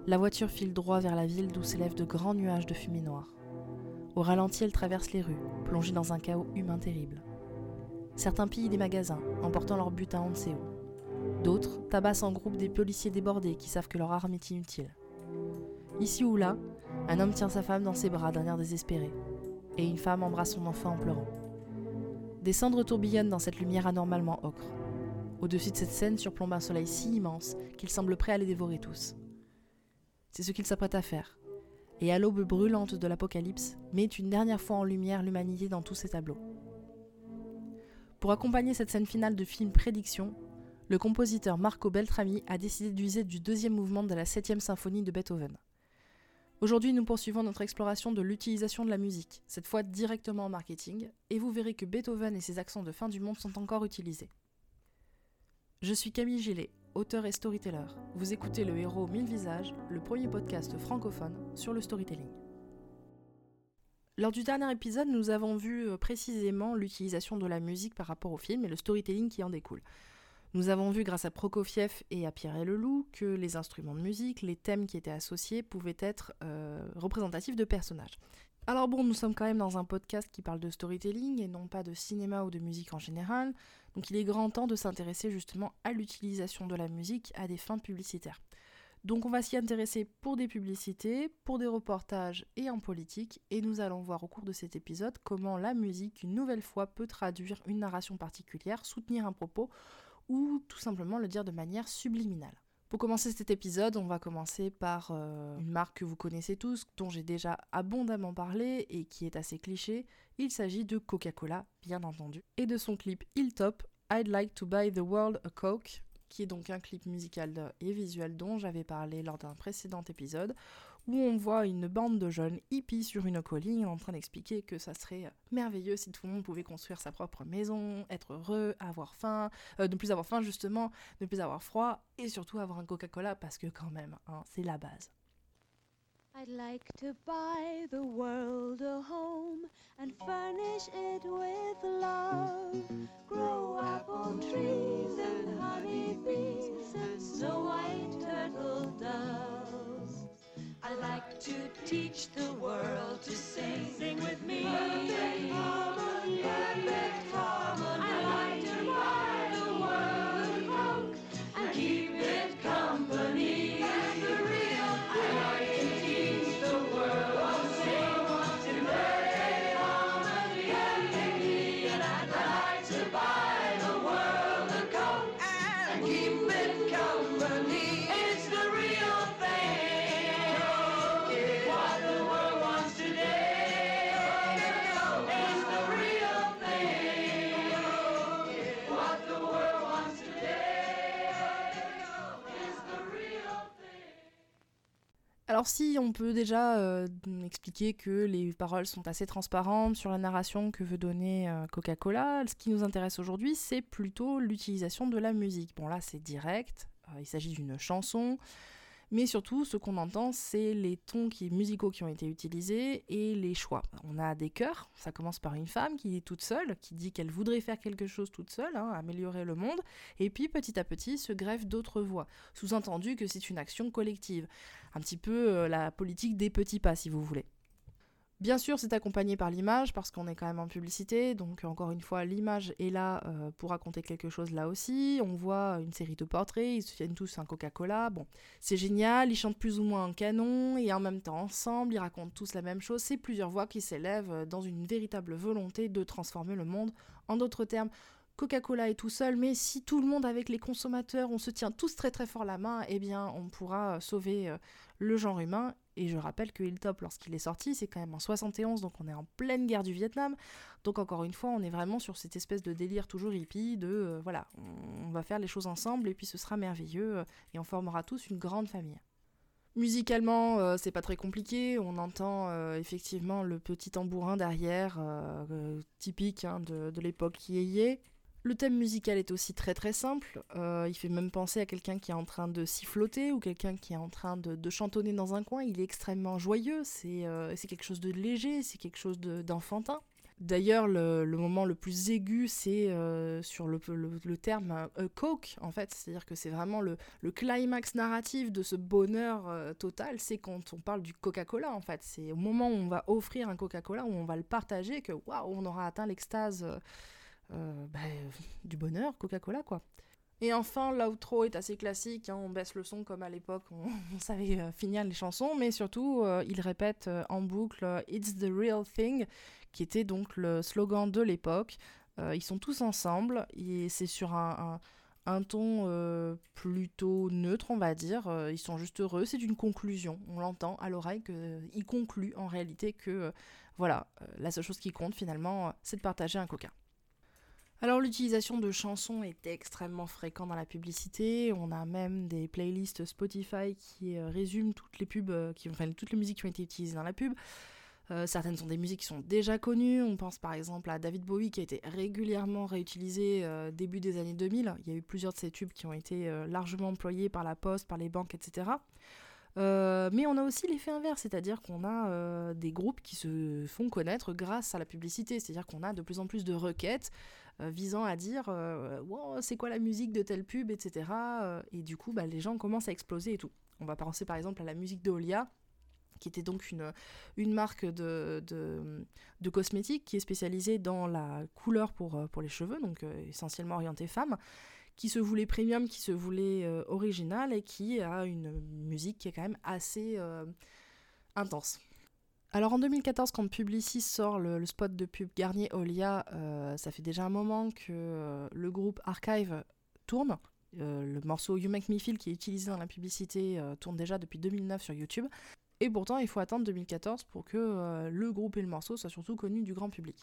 La voiture file droit vers la ville d'où s'élèvent de grands nuages de fumée noire. Au ralenti, elle traverse les rues, plongée dans un chaos humain terrible. Certains pillent des magasins, emportant leur butin on ne sait où. D'autres tabassent en groupe des policiers débordés qui savent que leur arme est inutile. Ici ou là, un homme tient sa femme dans ses bras d'un air désespéré, et une femme embrasse son enfant en pleurant. Des cendres tourbillonnent dans cette lumière anormalement ocre. Au-dessus de cette scène surplombe un soleil si immense qu'il semble prêt à les dévorer tous. C'est ce qu'il s'apprête à faire, et à l'aube brûlante de l'apocalypse, met une dernière fois en lumière l'humanité dans tous ses tableaux. Pour accompagner cette scène finale de film Prédiction, le compositeur Marco Beltrami a décidé d'user du deuxième mouvement de la 7e symphonie de Beethoven. Aujourd'hui, nous poursuivons notre exploration de l'utilisation de la musique, cette fois directement en marketing, et vous verrez que Beethoven et ses accents de fin du monde sont encore utilisés. Je suis Camille Gillet, auteur et storyteller. Vous écoutez Le Héros aux 1000 visages, le premier podcast francophone sur le storytelling. Lors du dernier épisode, nous avons vu précisément l'utilisation de la musique par rapport au film et le storytelling qui en découle. Nous avons vu grâce à Prokofiev et à Pierre et Leloup que les instruments de musique, les thèmes qui étaient associés pouvaient être représentatifs de personnages. Alors bon, nous sommes quand même dans un podcast qui parle de storytelling et non pas de cinéma ou de musique en général, donc il est grand temps de s'intéresser justement à l'utilisation de la musique à des fins publicitaires. Donc on va s'y intéresser pour des publicités, pour des reportages et en politique, et nous allons voir au cours de cet épisode comment la musique, une nouvelle fois, peut traduire une narration particulière, soutenir un propos, ou tout simplement le dire de manière subliminale. Pour commencer cet épisode, on va commencer par une marque que vous connaissez tous, dont j'ai déjà abondamment parlé et qui est assez cliché. Il s'agit de Coca-Cola, bien entendu, et de son clip Hilltop, I'd Like to Buy the World a Coke, qui est donc un clip musical et visuel dont j'avais parlé lors d'un précédent épisode, où on voit une bande de jeunes hippies sur une colline en train d'expliquer que ça serait merveilleux si tout le monde pouvait construire sa propre maison, être heureux, avoir faim, ne plus avoir faim justement, ne plus avoir froid, et surtout avoir un Coca-Cola parce que quand même, c'est la base. I'd like to buy the world a home and furnish it with love. Grow apple trees and honey bees and snow white turtle doves. I'd like to teach the world to sing. Sing with me. Perfect harmony. Perfect harmony. I'd like to buy the world a Coke and keep it company. And the real thing. I'd like to teach the world to sing. In perfect harmony. Perfectly. And I'd like to buy the world a Coke and keep it company. It's the real thing. What the world wants today is the real thing. What the world wants today is the real thing. Alors si on peut déjà expliquer que les paroles sont assez transparentes sur la narration que veut donner Coca-Cola, ce qui nous intéresse aujourd'hui, c'est plutôt l'utilisation de la musique. Bon là c'est direct, il s'agit d'une chanson, mais surtout ce qu'on entend c'est les tons musicaux qui ont été utilisés et les choix. On a des chœurs, ça commence par une femme qui est toute seule, qui dit qu'elle voudrait faire quelque chose toute seule, améliorer le monde, et puis petit à petit se greffent d'autres voix, sous-entendu que c'est une action collective, un petit peu la politique des petits pas si vous voulez. Bien sûr, c'est accompagné par l'image, parce qu'on est quand même en publicité, donc encore une fois, l'image est là pour raconter quelque chose là aussi. On voit une série de portraits, ils soutiennent tous un Coca-Cola, bon, c'est génial, ils chantent plus ou moins en canon, et en même temps ensemble, ils racontent tous la même chose, c'est plusieurs voix qui s'élèvent dans une véritable volonté de transformer le monde. En d'autres termes, Coca-Cola est tout seul, mais si tout le monde avec les consommateurs, on se tient tous très très fort la main, eh bien on pourra sauver le genre humain. Et je rappelle que Hilltop, lorsqu'il est sorti, c'est quand même en 71, donc on est en pleine guerre du Vietnam. Donc encore une fois, on est vraiment sur cette espèce de délire toujours hippie, de voilà, on va faire les choses ensemble et puis ce sera merveilleux et on formera tous une grande famille. Musicalement, c'est pas très compliqué, on entend effectivement le petit tambourin derrière, typique de l'époque qui y est. Le thème musical est aussi très très simple, il fait même penser à quelqu'un qui est en train de siffloter ou quelqu'un qui est en train de chantonner dans un coin, il est extrêmement joyeux, c'est quelque chose de léger, c'est quelque chose d'enfantin. D'ailleurs, le moment le plus aigu, c'est sur le terme Coke, en fait. C'est-à-dire que c'est vraiment le climax narratif de ce bonheur total, c'est quand on parle du Coca-Cola, en fait. C'est au moment où on va offrir un Coca-Cola, où on va le partager, que waouh, on aura atteint l'extase du bonheur, Coca-Cola, quoi. Et enfin, l'outro est assez classique, hein, on baisse le son comme à l'époque, on savait finir les chansons, mais surtout, il répète en boucle « It's the real thing », qui était donc le slogan de l'époque. Ils sont tous ensemble, et c'est sur un ton plutôt neutre, on va dire. Ils sont juste heureux, c'est une conclusion, on l'entend à l'oreille, qu'il conclut en réalité que, la seule chose qui compte finalement, c'est de partager un coca. Alors l'utilisation de chansons est extrêmement fréquente dans la publicité, on a même des playlists Spotify qui résument toutes les toutes les musiques qui ont été utilisées dans la pub. Certaines sont des musiques qui sont déjà connues, on pense par exemple à David Bowie qui a été régulièrement réutilisé début des années 2000, il y a eu plusieurs de ces tubes qui ont été largement employés par la poste, par les banques, etc. Mais on a aussi l'effet inverse, c'est-à-dire qu'on a des groupes qui se font connaître grâce à la publicité, c'est-à-dire qu'on a de plus en plus de requêtes visant à dire wow, c'est quoi la musique de telle pub, etc. Et du coup, les gens commencent à exploser et tout. On va penser par exemple à la musique d'Olia, qui était donc une marque de cosmétiques qui est spécialisée dans la couleur pour les cheveux, donc essentiellement orientée femme, qui se voulait premium, qui se voulait original et qui a une musique qui est quand même assez intense. Alors en 2014, quand Publicis sort le spot de pub Garnier Olia, ça fait déjà un moment que le groupe Archive tourne. Le morceau You Make Me Feel qui est utilisé dans la publicité tourne déjà depuis 2009 sur YouTube. Et pourtant, il faut attendre 2014 pour que le groupe et le morceau soient surtout connus du grand public.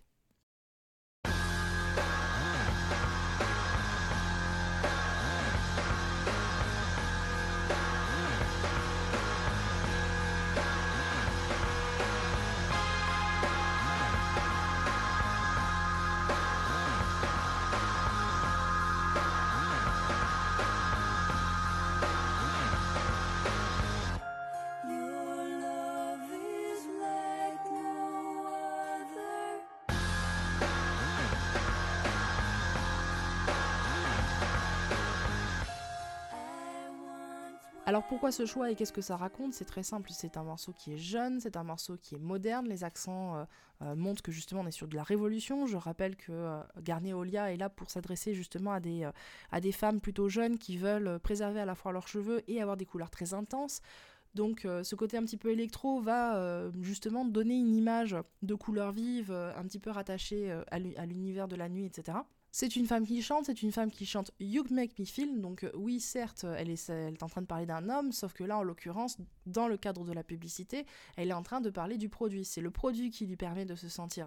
Alors pourquoi ce choix et qu'est-ce que ça raconte ? C'est très simple, c'est un morceau qui est jeune, c'est un morceau qui est moderne, les accents montrent que justement on est sur de la révolution. Je rappelle que Garnier Olia est là pour s'adresser justement à des femmes plutôt jeunes qui veulent préserver à la fois leurs cheveux et avoir des couleurs très intenses. Donc ce côté un petit peu électro va justement donner une image de couleurs vives, un petit peu rattachée à l'univers de la nuit, etc. C'est une femme qui chante You Make Me Feel, donc oui certes elle est en train de parler d'un homme, sauf que là en l'occurrence, dans le cadre de la publicité, elle est en train de parler du produit, c'est le produit qui lui permet de se sentir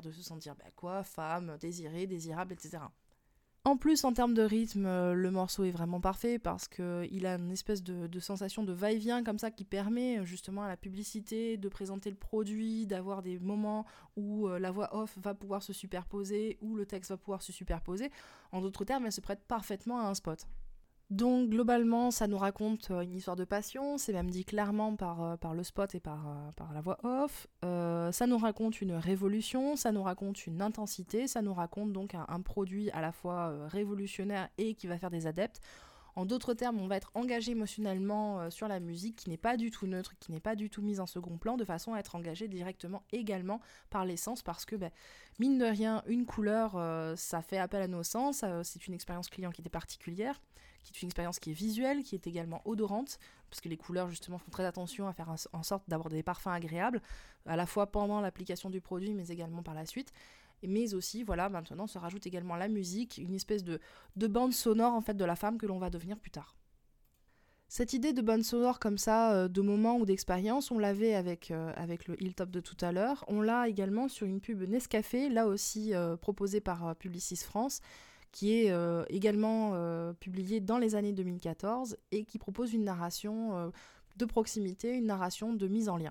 femme, désirée, désirable, etc. En plus, en termes de rythme, le morceau est vraiment parfait parce qu'il a une espèce de sensation de va-et-vient comme ça qui permet justement à la publicité de présenter le produit, d'avoir des moments où la voix off va pouvoir se superposer, où le texte va pouvoir se superposer. En d'autres termes, elle se prête parfaitement à un spot. Donc globalement, ça nous raconte une histoire de passion, c'est même dit clairement par le spot et par la voix off. Ça nous raconte une révolution, ça nous raconte une intensité, ça nous raconte donc un produit à la fois révolutionnaire et qui va faire des adeptes. En d'autres termes, on va être engagé émotionnellement sur la musique qui n'est pas du tout neutre, qui n'est pas du tout mise en second plan, de façon à être engagé directement également par les sens, parce que mine de rien, une couleur, ça fait appel à nos sens, c'est une expérience client qui est particulière, qui est une expérience qui est visuelle, qui est également odorante, parce que les couleurs justement font très attention à faire en sorte d'avoir des parfums agréables, à la fois pendant l'application du produit, mais également par la suite. Mais aussi, maintenant se rajoute également la musique, une espèce de bande sonore en fait de la femme que l'on va devenir plus tard. Cette idée de bande sonore comme ça, de moment ou d'expérience, on l'avait avec le Hilltop de tout à l'heure. On l'a également sur une pub Nescafé, là aussi proposée par Publicis France, qui est également publiée dans les années 2014 et qui propose une narration de proximité, une narration de mise en lien.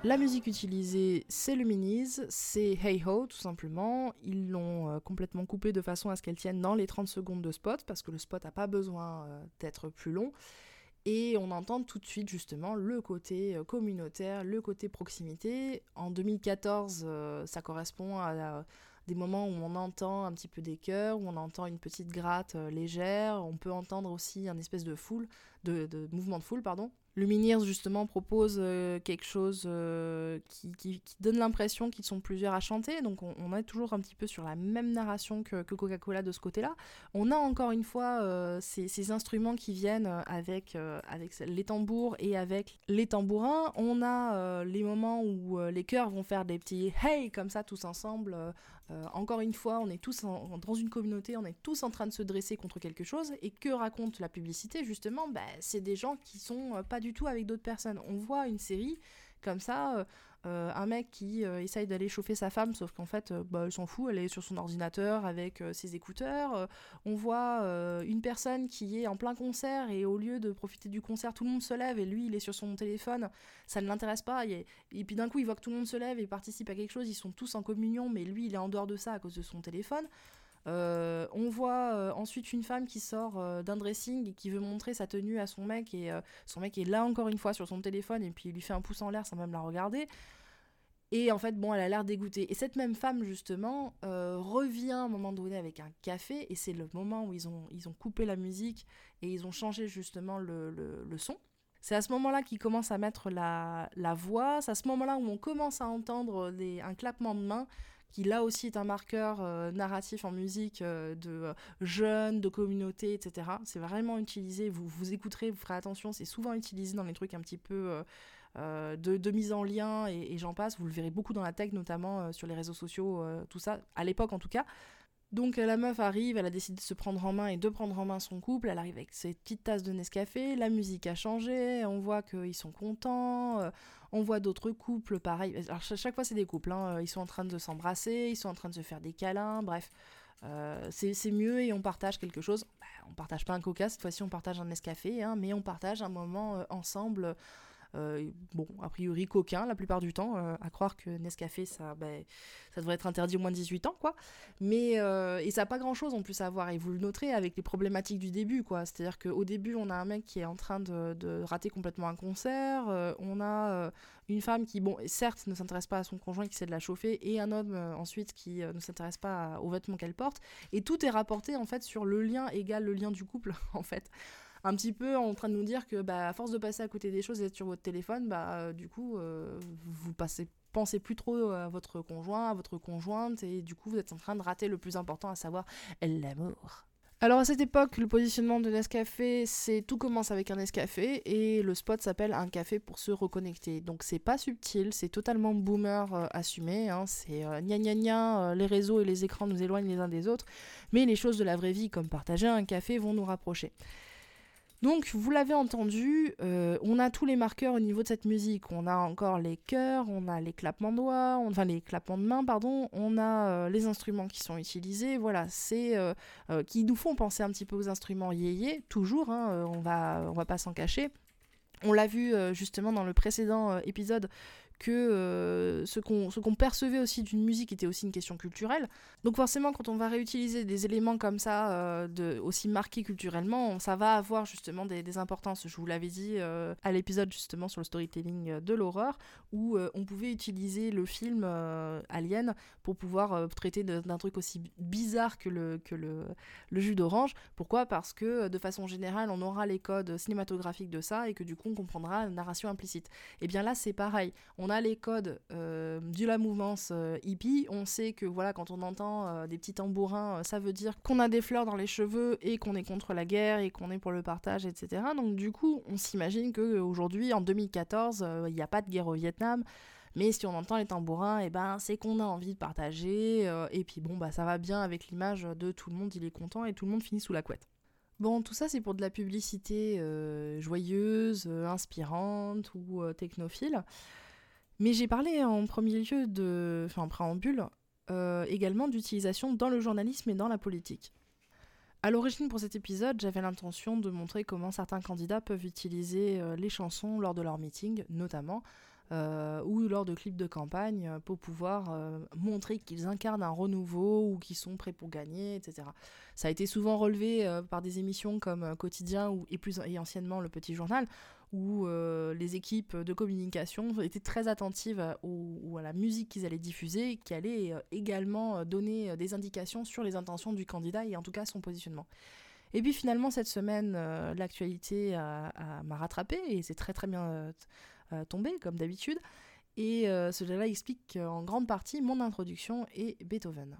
La musique utilisée, c'est le Minis, c'est Hey Ho tout simplement. Ils l'ont complètement coupée de façon à ce qu'elle tienne dans les 30 secondes de spot, parce que le spot n'a pas besoin d'être plus long. Et on entend tout de suite justement le côté communautaire, le côté proximité. En 2014, ça correspond à des moments où on entend un petit peu des chœurs, où on entend une petite gratte légère. On peut entendre aussi un espèce de mouvement de foule, pardon. Lumineers justement propose quelque chose qui donne l'impression qu'ils sont plusieurs à chanter, donc on est toujours un petit peu sur la même narration que Coca-Cola de ce côté-là. On a encore une fois ces instruments qui viennent avec les tambours et avec les tambourins. On a les moments où les chœurs vont faire des petits « hey » comme ça tous ensemble. Encore une fois, on est tous dans une communauté, on est tous en train de se dresser contre quelque chose. Et que raconte la publicité justement ? C'est des gens qui sont pas du tout avec d'autres personnes. On voit une série comme ça, un mec qui essaye d'aller chauffer sa femme, sauf qu'en fait, elle s'en fout, elle est sur son ordinateur avec ses écouteurs. On voit une personne qui est en plein concert et au lieu de profiter du concert, tout le monde se lève et lui, il est sur son téléphone. Ça ne l'intéresse pas. Et puis d'un coup, il voit que tout le monde se lève et participe à quelque chose. Ils sont tous en communion, mais lui, il est en dehors de ça à cause de son téléphone. On voit ensuite une femme qui sort d'un dressing et qui veut montrer sa tenue à son mec, et son mec est là encore une fois sur son téléphone et puis il lui fait un pouce en l'air sans même la regarder. Et en fait, elle a l'air dégoûtée. Et cette même femme, justement, revient à un moment donné avec un café, et c'est le moment où ils ont coupé la musique et ils ont changé justement le son. C'est à ce moment-là qu'ils commencent à mettre la voix, c'est à ce moment-là où on commence à entendre un clappement de mains, qui là aussi est un marqueur narratif en musique de jeunes, de communauté, etc. C'est vraiment utilisé, vous écouterez, vous ferez attention, c'est souvent utilisé dans les trucs un petit peu de mise en lien et j'en passe. Vous le verrez beaucoup dans la tech, notamment sur les réseaux sociaux, tout ça, à l'époque en tout cas. Donc la meuf arrive, elle a décidé de se prendre en main et de prendre en main son couple, elle arrive avec ses petites tasses de Nescafé, la musique a changé, on voit qu'ils sont contents, on voit d'autres couples, pareil, alors chaque fois c'est des couples, ils sont en train de s'embrasser, ils sont en train de se faire des câlins, bref, c'est mieux et on partage quelque chose. On partage pas un coca, cette fois-ci on partage un Nescafé, mais on partage un moment ensemble. A priori coquin la plupart du temps, à croire que Nescafé ça devrait être interdit au moins de 18 ans quoi, mais et ça n'a pas grand chose en plus à voir, et vous le noterez avec les problématiques du début quoi, c'est-à-dire qu'au début on a un mec qui est en train de rater complètement un concert, on a une femme qui certes ne s'intéresse pas à son conjoint qui sait de la chauffer, et un homme ensuite qui ne s'intéresse pas aux vêtements qu'elle porte, et tout est rapporté en fait sur le lien égal le lien du couple en fait. Un petit peu en train de nous dire que à force de passer à côté des choses et d'être sur votre téléphone, du coup, vous pensez plus trop à votre conjoint, à votre conjointe, et du coup, vous êtes en train de rater le plus important, à savoir l'amour. Alors à cette époque, le positionnement de Nescafé, c'est tout commence avec un Nescafé, et le spot s'appelle un café pour se reconnecter. Donc c'est pas subtil, c'est totalement boomer assumé, c'est gna gna gna, les réseaux et les écrans nous éloignent les uns des autres, mais les choses de la vraie vie, comme partager un café, vont nous rapprocher. Donc, vous l'avez entendu, on a tous les marqueurs au niveau de cette musique. On a encore les chœurs, on a les clappements de doigts, les clappements de mains, pardon. On a les instruments qui sont utilisés. Voilà, c'est qui nous font penser un petit peu aux instruments yéyé, toujours. On va pas s'en cacher. On l'a vu justement dans le précédent épisode, que ce qu'on percevait aussi d'une musique était aussi une question culturelle. Donc forcément, quand on va réutiliser des éléments comme ça, aussi marqués culturellement, ça va avoir justement des importances. Je vous l'avais dit à l'épisode justement sur le storytelling de l'horreur, où on pouvait utiliser le film Alien pour pouvoir traiter d'un truc aussi bizarre que le jus d'orange. Pourquoi ? Parce que de façon générale, on aura les codes cinématographiques de ça, et que du coup, on comprendra la narration implicite. Et bien là, c'est pareil. On a les codes de la mouvance hippie, on sait que voilà, quand on entend des petits tambourins, ça veut dire qu'on a des fleurs dans les cheveux et qu'on est contre la guerre et qu'on est pour le partage, etc. Donc du coup, on s'imagine qu'aujourd'hui, en 2014, il n'y a pas de guerre au Vietnam, mais si on entend les tambourins, c'est qu'on a envie de partager, et puis ça va bien avec l'image de tout le monde, il est content et tout le monde finit sous la couette. Bon, tout ça c'est pour de la publicité joyeuse, inspirante ou technophile. Mais j'ai parlé en premier lieu en préambule, également d'utilisation dans le journalisme et dans la politique. À l'origine pour cet épisode, j'avais l'intention de montrer comment certains candidats peuvent utiliser les chansons lors de leurs meetings, notamment. ou lors de clips de campagne pour pouvoir montrer qu'ils incarnent un renouveau ou qu'ils sont prêts pour gagner, etc. Ça a été souvent relevé par des émissions comme Quotidien et anciennement Le Petit Journal, où les équipes de communication étaient très attentives à la musique qu'ils allaient diffuser, qui allait également donner des indications sur les intentions du candidat et en tout cas son positionnement. Et puis finalement, cette semaine, l'actualité m'a rattrapée et c'est très très bien tombé, comme d'habitude. Et cela explique en grande partie mon introduction et Beethoven.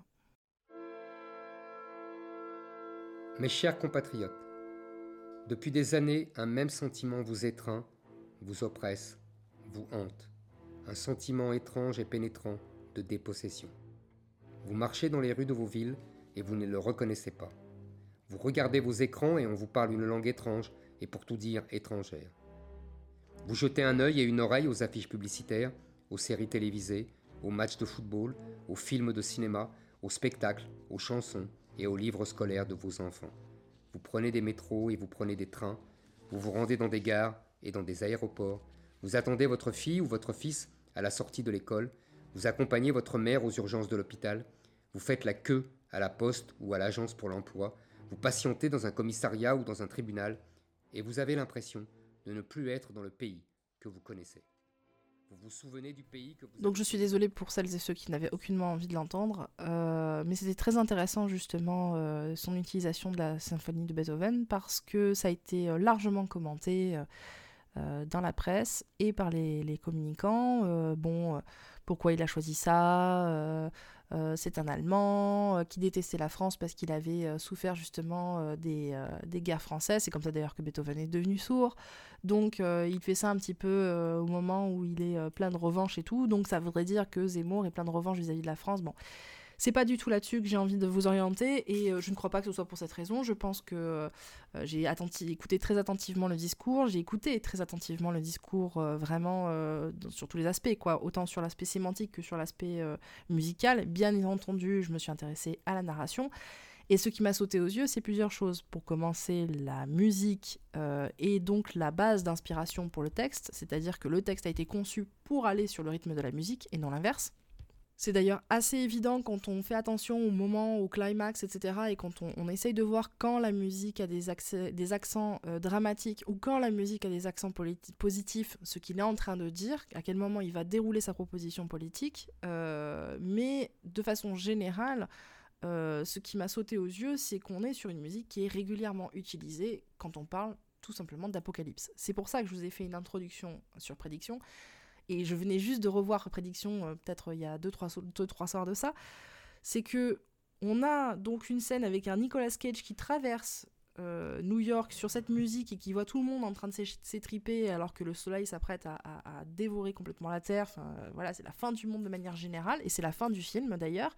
Mes chers compatriotes, depuis des années, un même sentiment vous étreint, vous oppresse, vous hante. Un sentiment étrange et pénétrant de dépossession. Vous marchez dans les rues de vos villes et vous ne le reconnaissez pas. Vous regardez vos écrans et on vous parle une langue étrange et pour tout dire étrangère. Vous jetez un œil et une oreille aux affiches publicitaires, aux séries télévisées, aux matchs de football, aux films de cinéma, aux spectacles, aux chansons et aux livres scolaires de vos enfants. Vous prenez des métros et vous prenez des trains, vous vous rendez dans des gares et dans des aéroports, vous attendez votre fille ou votre fils à la sortie de l'école, vous accompagnez votre mère aux urgences de l'hôpital, vous faites la queue à la poste ou à l'agence pour l'emploi, vous patientez dans un commissariat ou dans un tribunal et vous avez l'impression de ne plus être dans le pays que vous connaissez. Vous vous souvenez du pays que vous... Donc je suis désolée pour celles et ceux qui n'avaient aucunement envie de l'entendre, mais c'était très intéressant justement son utilisation de la symphonie de Beethoven parce que ça a été largement commenté dans la presse et par les communicants. Pourquoi il a choisi ça c'est un Allemand qui détestait la France parce qu'il avait souffert justement des guerres françaises. C'est comme ça d'ailleurs que Beethoven est devenu sourd. Donc il fait ça un petit peu au moment où il est plein de revanche et tout. Donc ça voudrait dire que Zemmour est plein de revanche vis-à-vis de la France. Bon, c'est pas du tout là-dessus que j'ai envie de vous orienter et je ne crois pas que ce soit pour cette raison. Je pense que j'ai écouté très attentivement le discours. J'ai écouté très attentivement le discours vraiment sur tous les aspects, quoi. Autant sur l'aspect sémantique que sur l'aspect musical. Bien entendu, je me suis intéressée à la narration. Et ce qui m'a sauté aux yeux, c'est plusieurs choses. Pour commencer, la musique est donc la base d'inspiration pour le texte. C'est-à-dire que le texte a été conçu pour aller sur le rythme de la musique et non l'inverse. C'est d'ailleurs assez évident quand on fait attention au moment, au climax, etc. et quand on essaye de voir quand la musique a des accents dramatiques ou quand la musique a des accents positifs, ce qu'il est en train de dire, à quel moment il va dérouler sa proposition politique. Mais de façon générale, ce qui m'a sauté aux yeux, c'est qu'on est sur une musique qui est régulièrement utilisée quand on parle tout simplement d'apocalypse. C'est pour ça que je vous ai fait une introduction sur Prédiction. Et je venais juste de revoir Prédiction, peut-être il y a 2-3 soirs de ça, c'est que on a donc une scène avec un Nicolas Cage qui traverse New York sur cette musique et qui voit tout le monde en train de s'étriper alors que le soleil s'apprête à dévorer complètement la Terre. Voilà, c'est la fin du monde de manière générale, et c'est la fin du film d'ailleurs.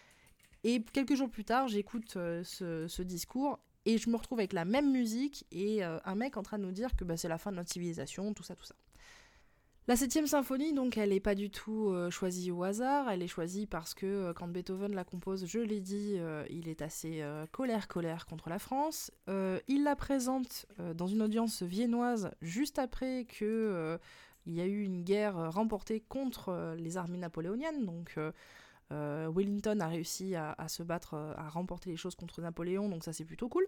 Et quelques jours plus tard, j'écoute ce discours, et je me retrouve avec la même musique et un mec en train de nous dire que c'est la fin de notre civilisation, tout ça. La 7e symphonie, donc, elle n'est pas du tout choisie au hasard, elle est choisie parce que quand Beethoven la compose, je l'ai dit, il est assez colère contre la France. Il la présente dans une audience viennoise juste après qu'il y a eu une guerre remportée contre les armées napoléoniennes, donc Wellington a réussi à se battre, à remporter les choses contre Napoléon, donc ça c'est plutôt cool.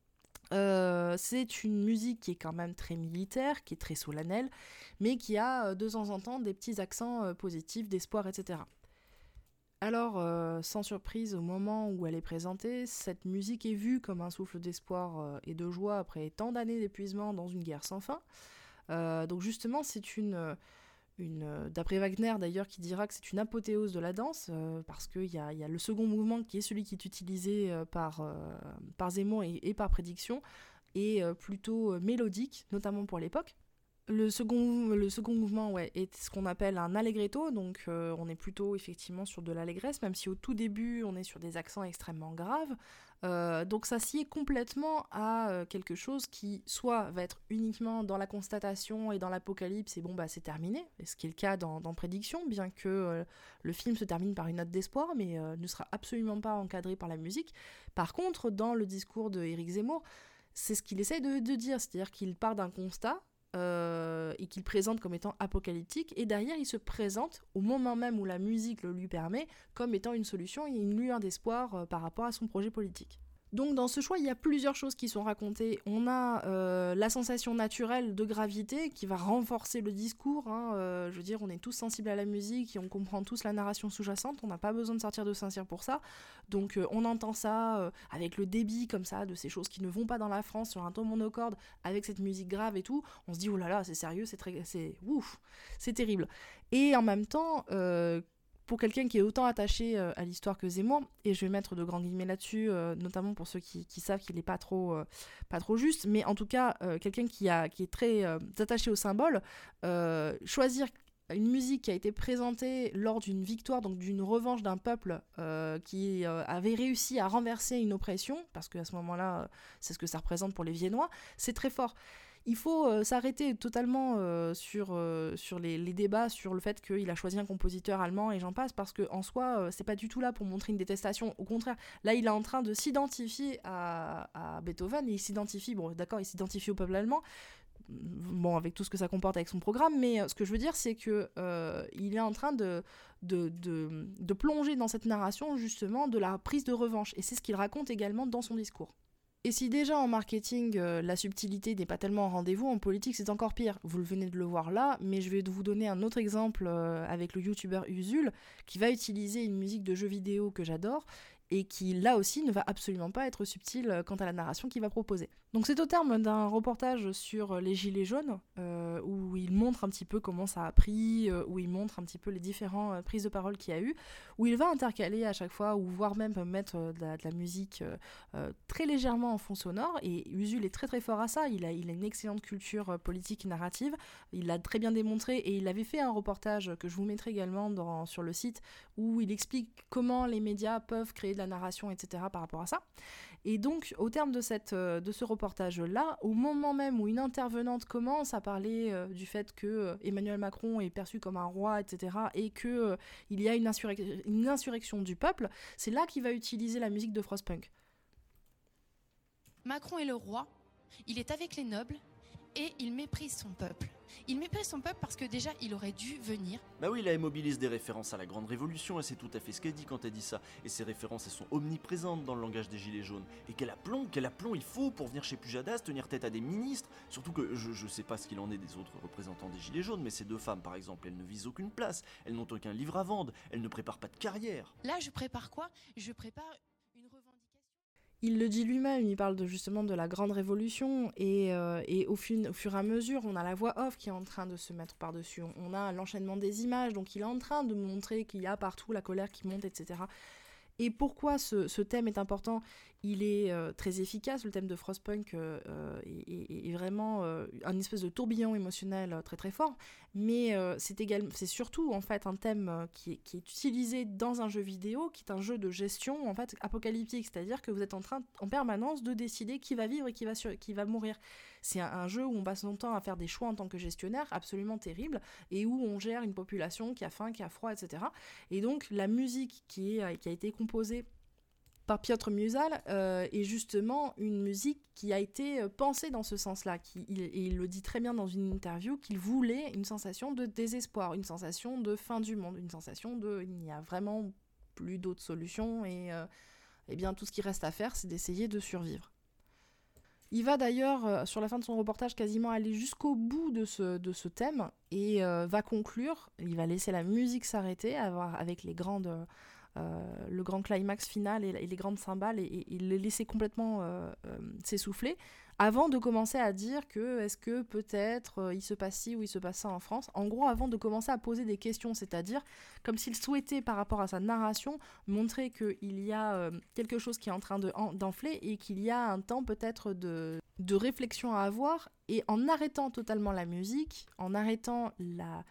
C'est une musique qui est quand même très militaire, qui est très solennelle, mais qui a de temps en temps des petits accents positifs, d'espoir, etc. Alors, sans surprise, au moment où elle est présentée, cette musique est vue comme un souffle d'espoir et de joie après tant d'années d'épuisement dans une guerre sans fin. Donc justement, c'est d'après Wagner d'ailleurs, qui dira que c'est une apothéose de la danse, parce qu'il y a le second mouvement qui est celui qui est utilisé par Zemmour et par Prédiction, et plutôt mélodique, notamment pour l'époque. Le second mouvement est ce qu'on appelle un allegretto, donc on est plutôt effectivement sur de l'allégresse, même si au tout début on est sur des accents extrêmement graves. Donc ça s'y est complètement à quelque chose qui soit va être uniquement dans la constatation et dans l'apocalypse et c'est terminé, ce qui est le cas dans Prédiction, bien que le film se termine par une note d'espoir, mais ne sera absolument pas encadré par la musique. Par contre, dans le discours de Éric Zemmour, c'est ce qu'il essaie de dire, c'est-à-dire qu'il part d'un constat et qu'il présente comme étant apocalyptique, et derrière il se présente, au moment même où la musique le lui permet, comme étant une solution et une lueur d'espoir par rapport à son projet politique. Donc dans ce choix, il y a plusieurs choses qui sont racontées. On a la sensation naturelle de gravité qui va renforcer le discours. Je veux dire, on est tous sensibles à la musique et on comprend tous la narration sous-jacente. On n'a pas besoin de sortir de Saint-Cyr pour ça. Donc on entend ça avec le débit comme ça de ces choses qui ne vont pas dans la France sur un ton monocorde avec cette musique grave et tout. On se dit oh là là, c'est sérieux, c'est terrible. Et en même temps, pour quelqu'un qui est autant attaché à l'histoire que Zemmour, et je vais mettre de grands guillemets là-dessus, notamment pour ceux qui savent qu'il n'est pas trop juste, mais en tout cas, quelqu'un qui est très attaché au symbole, choisir une musique qui a été présentée lors d'une victoire, donc d'une revanche d'un peuple qui avait réussi à renverser une oppression, parce qu'à ce moment-là, c'est ce que ça représente pour les Viennois, c'est très fort. Il faut s'arrêter totalement sur les débats sur le fait qu'il a choisi un compositeur allemand et j'en passe, parce qu'en soi, c'est pas du tout là pour montrer une détestation. Au contraire, là, il est en train de s'identifier à Beethoven, et il s'identifie au peuple allemand, bon, avec tout ce que ça comporte avec son programme, mais ce que je veux dire, c'est que il est en train de plonger dans cette narration, justement, de la prise de revanche, et c'est ce qu'il raconte également dans son discours. Et si déjà en marketing, la subtilité n'est pas tellement au rendez-vous, en politique c'est encore pire. Vous le venez de le voir là, mais je vais vous donner un autre exemple avec le youtubeur Usul, qui va utiliser une musique de jeu vidéo que j'adore, et qui là aussi ne va absolument pas être subtil quant à la narration qu'il va proposer. Donc c'est au terme d'un reportage sur les Gilets jaunes, où il montre un petit peu comment ça a pris, où il montre un petit peu les différentes prises de parole qu'il y a eu, où il va intercaler à chaque fois, ou voire même mettre de la musique très légèrement en fond sonore, et Usul est très très fort à ça, il a une excellente culture politique et narrative, il l'a très bien démontré, et il avait fait un reportage que je vous mettrai également sur le site, où il explique comment les médias peuvent créer de la narration, etc. par rapport à ça. Et donc, au terme de ce reportage-là, au moment même où une intervenante commence à parler du fait que Emmanuel Macron est perçu comme un roi, etc., et qu'il y a une insurrection du peuple, c'est là qu'il va utiliser la musique de Frostpunk. Macron est le roi, il est avec les nobles, et il méprise son peuple. Il méprise son peuple parce que déjà, il aurait dû venir. Bah oui, là, elle mobilise des références à la Grande Révolution, et c'est tout à fait ce qu'elle dit quand elle dit ça. Et ces références, elles sont omniprésentes dans le langage des Gilets jaunes. Et quel aplomb il faut pour venir chez Pujadas, tenir tête à des ministres. Surtout que je sais pas ce qu'il en est des autres représentants des Gilets jaunes, mais ces deux femmes, par exemple, elles ne visent aucune place. Elles n'ont aucun livre à vendre. Elles ne préparent pas de carrière. Là, je prépare quoi ? Je prépare une revendication. Il le dit lui-même, il parle justement de la Grande Révolution, et au fur et à mesure, on a la voix off qui est en train de se mettre par-dessus, on a l'enchaînement des images, donc il est en train de montrer qu'il y a partout la colère qui monte, etc. Et pourquoi ce thème est important ? Il est très efficace, le thème de Frostpunk est vraiment un espèce de tourbillon émotionnel très très fort, mais c'est surtout en fait un thème qui est utilisé dans un jeu vidéo, qui est un jeu de gestion en fait apocalyptique, c'est-à-dire que vous êtes en train en permanence de décider qui va vivre et qui va mourir. C'est un jeu où on passe son temps à faire des choix en tant que gestionnaire absolument terribles, et où on gère une population qui a faim, qui a froid, etc. Et donc la musique qui a été composée par Piotr Musal est justement une musique qui a été pensée dans ce sens-là. Et il le dit très bien dans une interview qu'il voulait une sensation de désespoir, une sensation de fin du monde, une sensation de il n'y a vraiment plus d'autres solutions, et bien tout ce qui reste à faire, c'est d'essayer de survivre. Il va d'ailleurs, sur la fin de son reportage, quasiment aller jusqu'au bout de ce thème, et va conclure, il va laisser la musique s'arrêter avec le grand climax final et les grandes cymbales, et le laisser complètement s'essouffler, avant de commencer à dire que est-ce que peut-être il se passe ci ou il se passe ça en France, en gros avant de commencer à poser des questions, c'est-à-dire comme s'il souhaitait par rapport à sa narration montrer qu'il y a quelque chose qui est en train d'enfler, et qu'il y a un temps peut-être de réflexion à avoir, et en arrêtant totalement la musique, en arrêtant la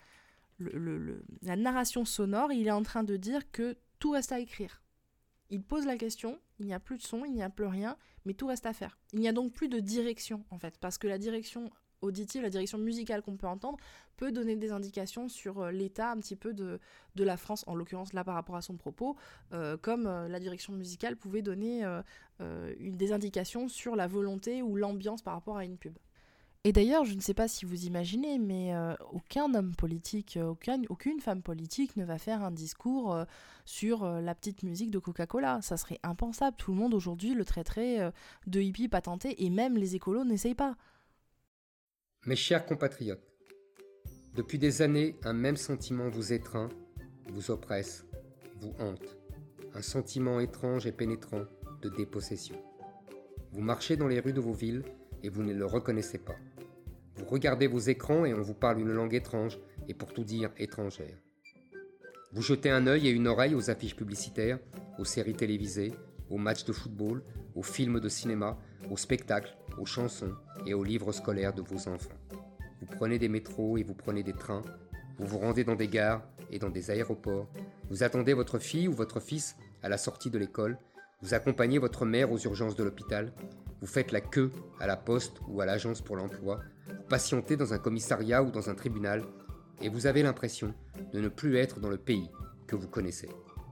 narration sonore, il est en train de dire que tout reste à écrire. Il pose la question, il n'y a plus de son, il n'y a plus rien, mais tout reste à faire. Il n'y a donc plus de direction, en fait, parce que la direction auditive, la direction musicale qu'on peut entendre, peut donner des indications sur l'état un petit peu de la France, en l'occurrence là par rapport à son propos, comme la direction musicale pouvait donner des indications sur la volonté ou l'ambiance par rapport à une pub. Et d'ailleurs, je ne sais pas si vous imaginez, mais aucun homme politique, aucune femme politique ne va faire un discours sur la petite musique de Coca-Cola. Ça serait impensable. Tout le monde aujourd'hui le traiterait de hippie patenté, et même les écolos n'essayent pas. Mes chers compatriotes, depuis des années, un même sentiment vous étreint, vous oppresse, vous hante. Un sentiment étrange et pénétrant de dépossession. Vous marchez dans les rues de vos villes et vous ne le reconnaissez pas. Vous regardez vos écrans et on vous parle une langue étrange et pour tout dire étrangère. Vous jetez un œil et une oreille aux affiches publicitaires, aux séries télévisées, aux matchs de football, aux films de cinéma, aux spectacles, aux chansons et aux livres scolaires de vos enfants. Vous prenez des métros et vous prenez des trains, vous vous rendez dans des gares et dans des aéroports, vous attendez votre fille ou votre fils à la sortie de l'école, vous accompagnez votre mère aux urgences de l'hôpital, vous faites la queue à la poste ou à l'agence pour l'emploi, vous patientez dans un commissariat ou dans un tribunal et vous avez l'impression de ne plus être dans le pays que vous connaissez.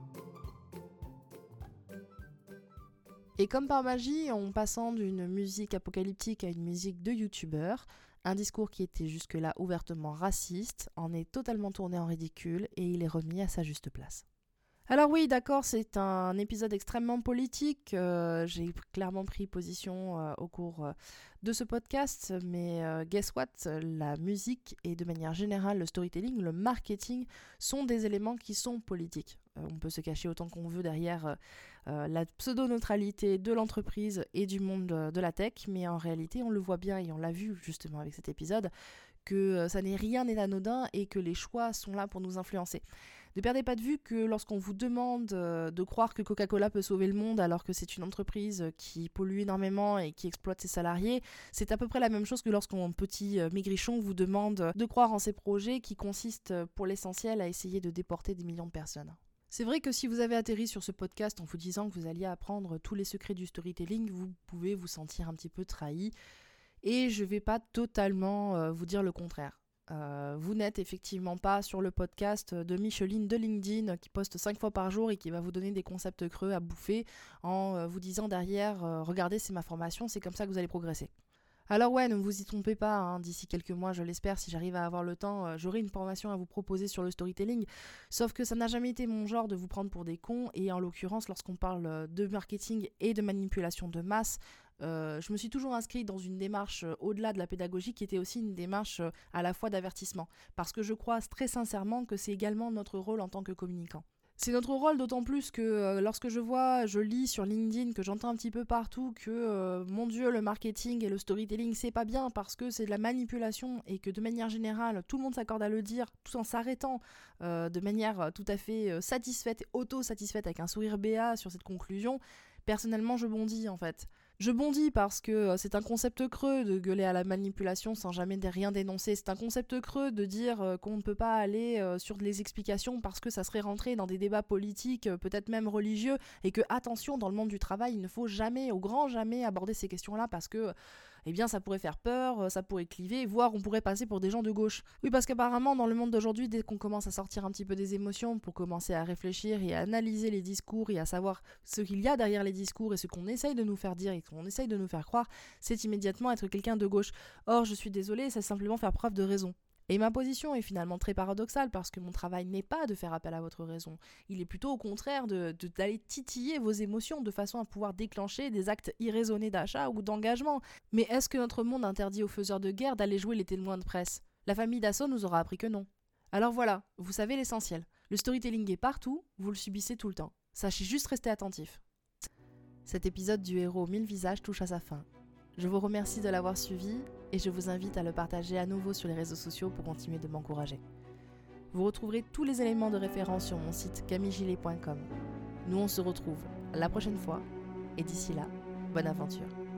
Et comme par magie, en passant d'une musique apocalyptique à une musique de youtubeur, un discours qui était jusque-là ouvertement raciste en est totalement tourné en ridicule et il est remis à sa juste place. Alors oui, d'accord, c'est un épisode extrêmement politique, j'ai clairement pris position au cours de ce podcast, mais guess what, la musique et de manière générale le storytelling, le marketing sont des éléments qui sont politiques. On peut se cacher autant qu'on veut derrière la pseudo-neutralité de l'entreprise et du monde de la tech, mais en réalité on le voit bien et on l'a vu justement avec cet épisode, que ça n'est rien d'anodin et que les choix sont là pour nous influencer. Ne perdez pas de vue que lorsqu'on vous demande de croire que Coca-Cola peut sauver le monde alors que c'est une entreprise qui pollue énormément et qui exploite ses salariés, c'est à peu près la même chose que lorsqu'un petit maigrichon vous demande de croire en ses projets qui consistent pour l'essentiel à essayer de déporter des millions de personnes. C'est vrai que si vous avez atterri sur ce podcast en vous disant que vous alliez apprendre tous les secrets du storytelling, vous pouvez vous sentir un petit peu trahi et je ne vais pas totalement vous dire le contraire. Vous n'êtes effectivement pas sur le podcast de Micheline de LinkedIn qui poste 5 fois par jour et qui va vous donner des concepts creux à bouffer en vous disant derrière regardez, c'est ma formation, c'est comme ça que vous allez progresser. Alors ouais, ne vous y trompez pas, hein, d'ici quelques mois, je l'espère, si j'arrive à avoir le temps, j'aurai une formation à vous proposer sur le storytelling, sauf que ça n'a jamais été mon genre de vous prendre pour des cons, et en l'occurrence, lorsqu'on parle de marketing et de manipulation de masse, je me suis toujours inscrite dans une démarche au-delà de la pédagogie qui était aussi une démarche à la fois d'avertissement, parce que je crois très sincèrement que c'est également notre rôle en tant que communicant. C'est notre rôle d'autant plus que lorsque je lis sur LinkedIn, que j'entends un petit peu partout que, mon Dieu, le marketing et le storytelling, c'est pas bien parce que c'est de la manipulation et que de manière générale, tout le monde s'accorde à le dire, tout en s'arrêtant de manière tout à fait satisfaite, auto-satisfaite avec un sourire béat sur cette conclusion, personnellement, je bondis en fait. Je bondis parce que c'est un concept creux de gueuler à la manipulation sans jamais rien dénoncer. C'est un concept creux de dire qu'on ne peut pas aller sur des explications parce que ça serait rentrer dans des débats politiques, peut-être même religieux, et que, attention, dans le monde du travail, il ne faut jamais, au grand jamais, aborder ces questions-là parce que eh bien, ça pourrait faire peur, ça pourrait cliver, voire on pourrait passer pour des gens de gauche. Oui, parce qu'apparemment, dans le monde d'aujourd'hui, dès qu'on commence à sortir un petit peu des émotions pour commencer à réfléchir et à analyser les discours et à savoir ce qu'il y a derrière les discours et ce qu'on essaye de nous faire dire et qu'on essaye de nous faire croire, c'est immédiatement être quelqu'un de gauche. Or, je suis désolée, c'est simplement faire preuve de raison. Et ma position est finalement très paradoxale parce que mon travail n'est pas de faire appel à votre raison. Il est plutôt au contraire d'aller titiller vos émotions de façon à pouvoir déclencher des actes irraisonnés d'achat ou d'engagement. Mais est-ce que notre monde interdit aux faiseurs de guerre d'aller jouer les témoins de presse ? La famille Dassault nous aura appris que non. Alors voilà, vous savez l'essentiel. Le storytelling est partout, vous le subissez tout le temps. Sachez juste rester attentif. Cet épisode du héros aux 1000 visages touche à sa fin. Je vous remercie de l'avoir suivi et je vous invite à le partager à nouveau sur les réseaux sociaux pour continuer de m'encourager. Vous retrouverez tous les éléments de référence sur mon site camillegilet.com. Nous on se retrouve la prochaine fois et d'ici là, bonne aventure.